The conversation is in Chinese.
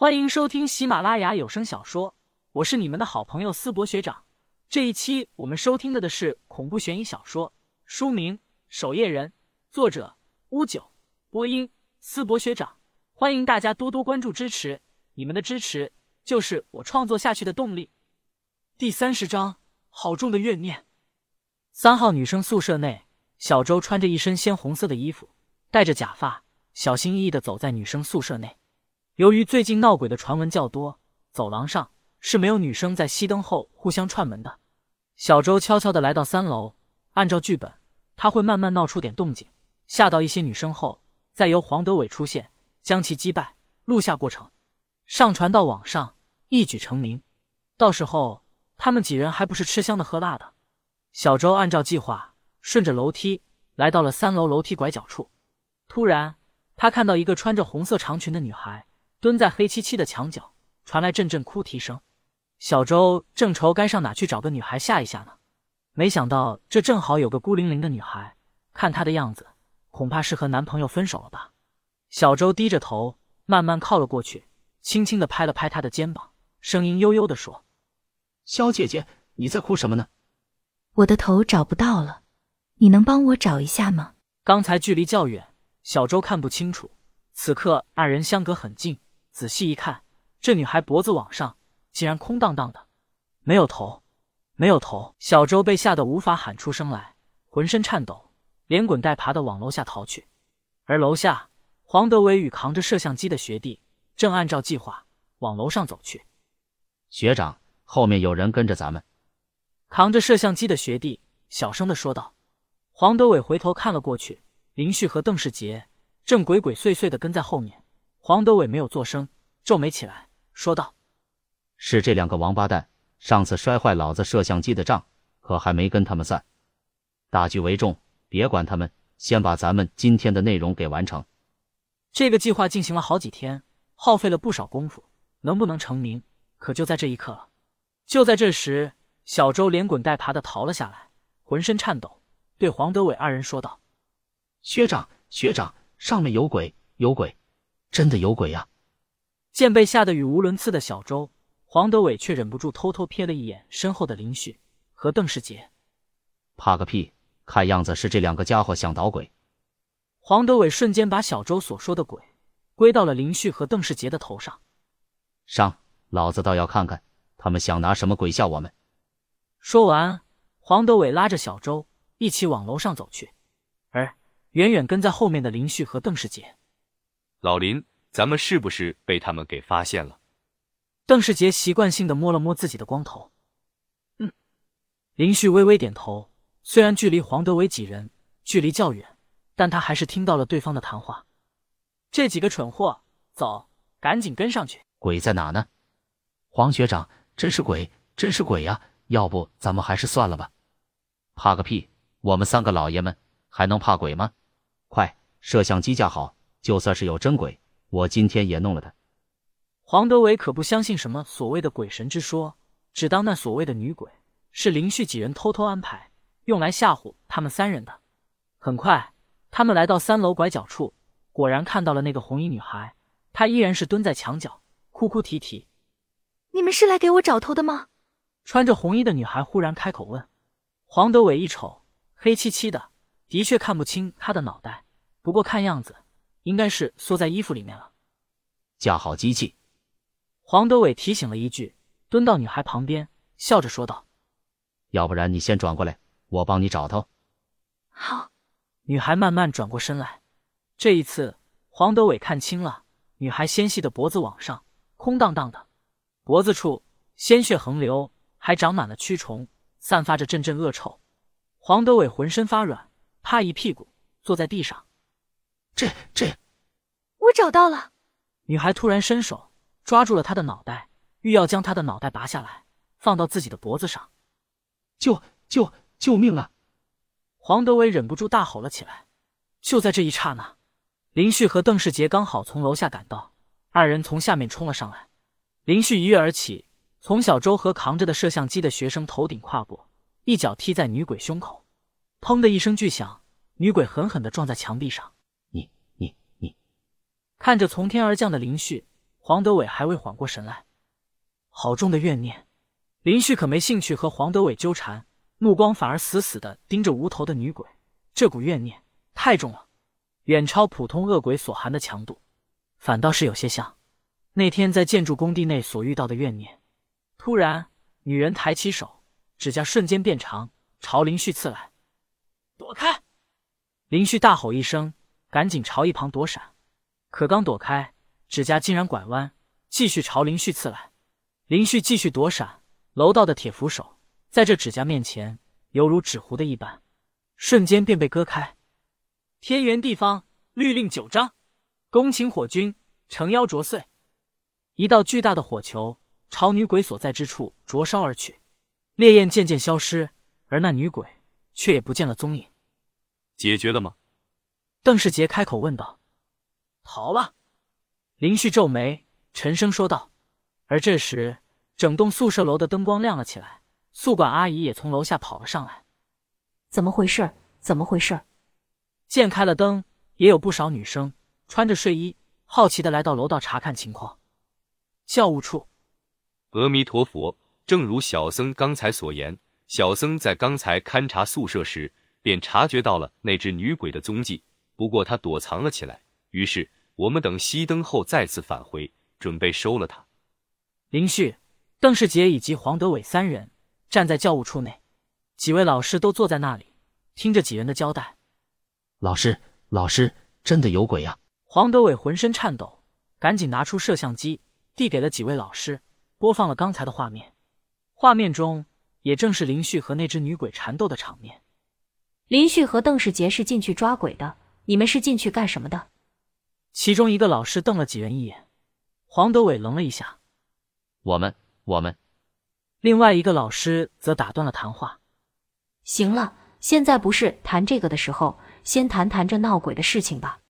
欢迎收听喜马拉雅有声小说，我是你们的好朋友思博学长。这一期我们收听的是恐怖悬疑小说，书名《守夜人》，作者乌九，播音思博学长。欢迎大家多多关注支持，你们的支持就是我创作下去的动力。第30章，好重的怨念。3号女生宿舍内，小周穿着一身鲜红色的衣服，戴着假发，小心翼翼地走在女生宿舍内。由于最近闹鬼的传闻较多，走廊上是没有女生在熄灯后互相串门的。小周悄悄地来到3楼，按照剧本，他会慢慢闹出点动静，吓到一些女生后，再由黄德伟出现，将其击败，录下过程，上传到网上，一举成名。到时候他们几人还不是吃香的喝辣的。小周按照计划顺着楼梯来到了3楼楼梯拐角处，突然他看到一个穿着红色长裙的女孩蹲在黑漆漆的墙角，传来阵阵哭啼声。小周正愁该上哪去找个女孩吓一吓呢，没想到这正好有个孤零零的女孩，看她的样子，恐怕是和男朋友分手了吧。小周低着头慢慢靠了过去，轻轻地拍了拍她的肩膀，声音悠悠地说： 小姐姐，你在哭什么呢？ 我的头找不到了，你能帮我找一下吗？ 刚才距离较远，小周看不清楚，此刻二人相隔很近，仔细一看，这女孩脖子往上竟然空荡荡的，没有头，没有头。小周被吓得无法喊出声来，浑身颤抖，连滚带爬的往楼下逃去。而楼下，黄德伟与扛着摄像机的学弟正按照计划往楼上走去。 学长，后面有人跟着咱们。 扛着摄像机的学弟小声地说道。黄德伟回头看了过去，林旭和邓世杰正鬼鬼祟祟地跟在后面。黄德伟没有作声，皱眉起来说道： 是这两个王八蛋，上次摔坏老子摄像机的账可还没跟他们散。大局为重，别管他们，先把咱们今天的内容给完成。 这个计划进行了好几天，耗费了不少功夫，能不能成名可就在这一刻了。就在这时，小周连滚带爬地逃了下来，浑身颤抖，对黄德伟二人说道： 学长，学长，上面有鬼，有鬼，真的有鬼呀！ 见被吓得语无伦次的小周，黄德伟却忍不住偷偷瞥了一眼身后的林旭和邓世杰。 怕个屁，看样子是这两个家伙想捣鬼。 黄德伟瞬间把小周所说的鬼归到了林旭和邓世杰的头上。 上，老子倒要看看他们想拿什么鬼吓我们。 说完，黄德伟拉着小周一起往楼上走去，而远远跟在后面的林旭和邓世杰。 老林，咱们是不是被他们给发现了？ 邓世杰习惯性地摸了摸自己的光头。林旭微微点头，虽然距离黄德伟几人距离较远，但他还是听到了对方的谈话。这几个蠢货，走，赶紧跟上去。 鬼在哪呢？黄学长，真是鬼，真是鬼呀！要不咱们还是算了吧。怕个屁，我们3个老爷们还能怕鬼吗？快，摄像机架好，就算是有真鬼，我今天也弄了他。 黄德伟可不相信什么所谓的鬼神之说，只当那所谓的女鬼是林旭几人偷偷安排，用来吓唬他们3人的。很快，他们来到3楼拐角处，果然看到了那个红衣女孩，她依然是蹲在墙角，哭哭啼啼。 你们是来给我找头的吗？ 穿着红衣的女孩忽然开口问。黄德伟一瞅，黑漆漆的，的确看不清她的脑袋，不过看样子应该是缩在衣服里面了。 架好机器。 黄德伟提醒了一句，蹲到女孩旁边，笑着说道： 要不然你先转过来，我帮你找头。 好。 女孩慢慢转过身来，这一次黄德伟看清了女孩纤细的脖子往上，空荡荡的，脖子处鲜血横流，还长满了蛆虫，散发着阵阵恶臭。黄德伟浑身发软，啪一屁股坐在地上。 这我找到了。 女孩突然伸手抓住了他的脑袋，欲要将他的脑袋拔下来，放到自己的脖子上。救命啊！ 黄德伟忍不住大吼了起来。就在这一刹那，林旭和邓世杰刚好从楼下赶到，二人从下面冲了上来。林旭一跃而起，从小周和扛着的摄像机的学生头顶跨过，一脚踢在女鬼胸口。砰的一声巨响，女鬼狠狠地撞在墙壁上。 你看着从天而降的林旭， 黄德伟还未缓过神来。好重的怨念！林旭可没兴趣和黄德伟纠缠，目光反而死死地盯着无头的女鬼。这股怨念太重了，远超普通恶鬼所含的强度，反倒是有些像那天在建筑工地内所遇到的怨念。突然，女人抬起手，指甲瞬间变长，朝林旭刺来。躲开！林旭大吼一声，赶紧朝一旁躲闪。可刚躲开，指甲竟然拐弯，继续朝林旭刺来。林旭继续躲闪，楼道的铁扶手在这指甲面前犹如纸糊的一般，瞬间便被割开。天圆地方，律令9章，恭请火君诚邀着燧。一道巨大的火球朝女鬼所在之处灼烧而去，烈焰渐渐消失，而那女鬼却也不见了踪影。 解决了吗？ 邓世杰开口问道。逃了。林旭皱眉，沉声说道。而这时，整栋宿舍楼的灯光亮了起来，宿管阿姨也从楼下跑了上来。 怎么回事？怎么回事？ 见开了灯，也有不少女生穿着睡衣，好奇地来到楼道查看情况。教务处。 阿弥陀佛，正如小僧刚才所言，小僧在刚才勘察宿舍时，便察觉到了那只女鬼的踪迹，不过她躲藏了起来，于是我们等熄灯后再次返回，准备收了她。 林旭、邓世杰以及黄德伟3人站在教务处内，几位老师都坐在那里，听着几人的交代。 老师，真的有鬼呀！ 黄德伟浑身颤抖，赶紧拿出摄像机，递给了几位老师，播放了刚才的画面。画面中也正是林旭和那只女鬼缠斗的场面。 林旭和邓世杰是进去抓鬼的，你们是进去干什么的？ 其中一个老师瞪了几人一眼，黄德伟愣了一下。 我们。 另外一个老师则打断了谈话。 行了，现在不是谈这个的时候，先谈谈这闹鬼的事情吧。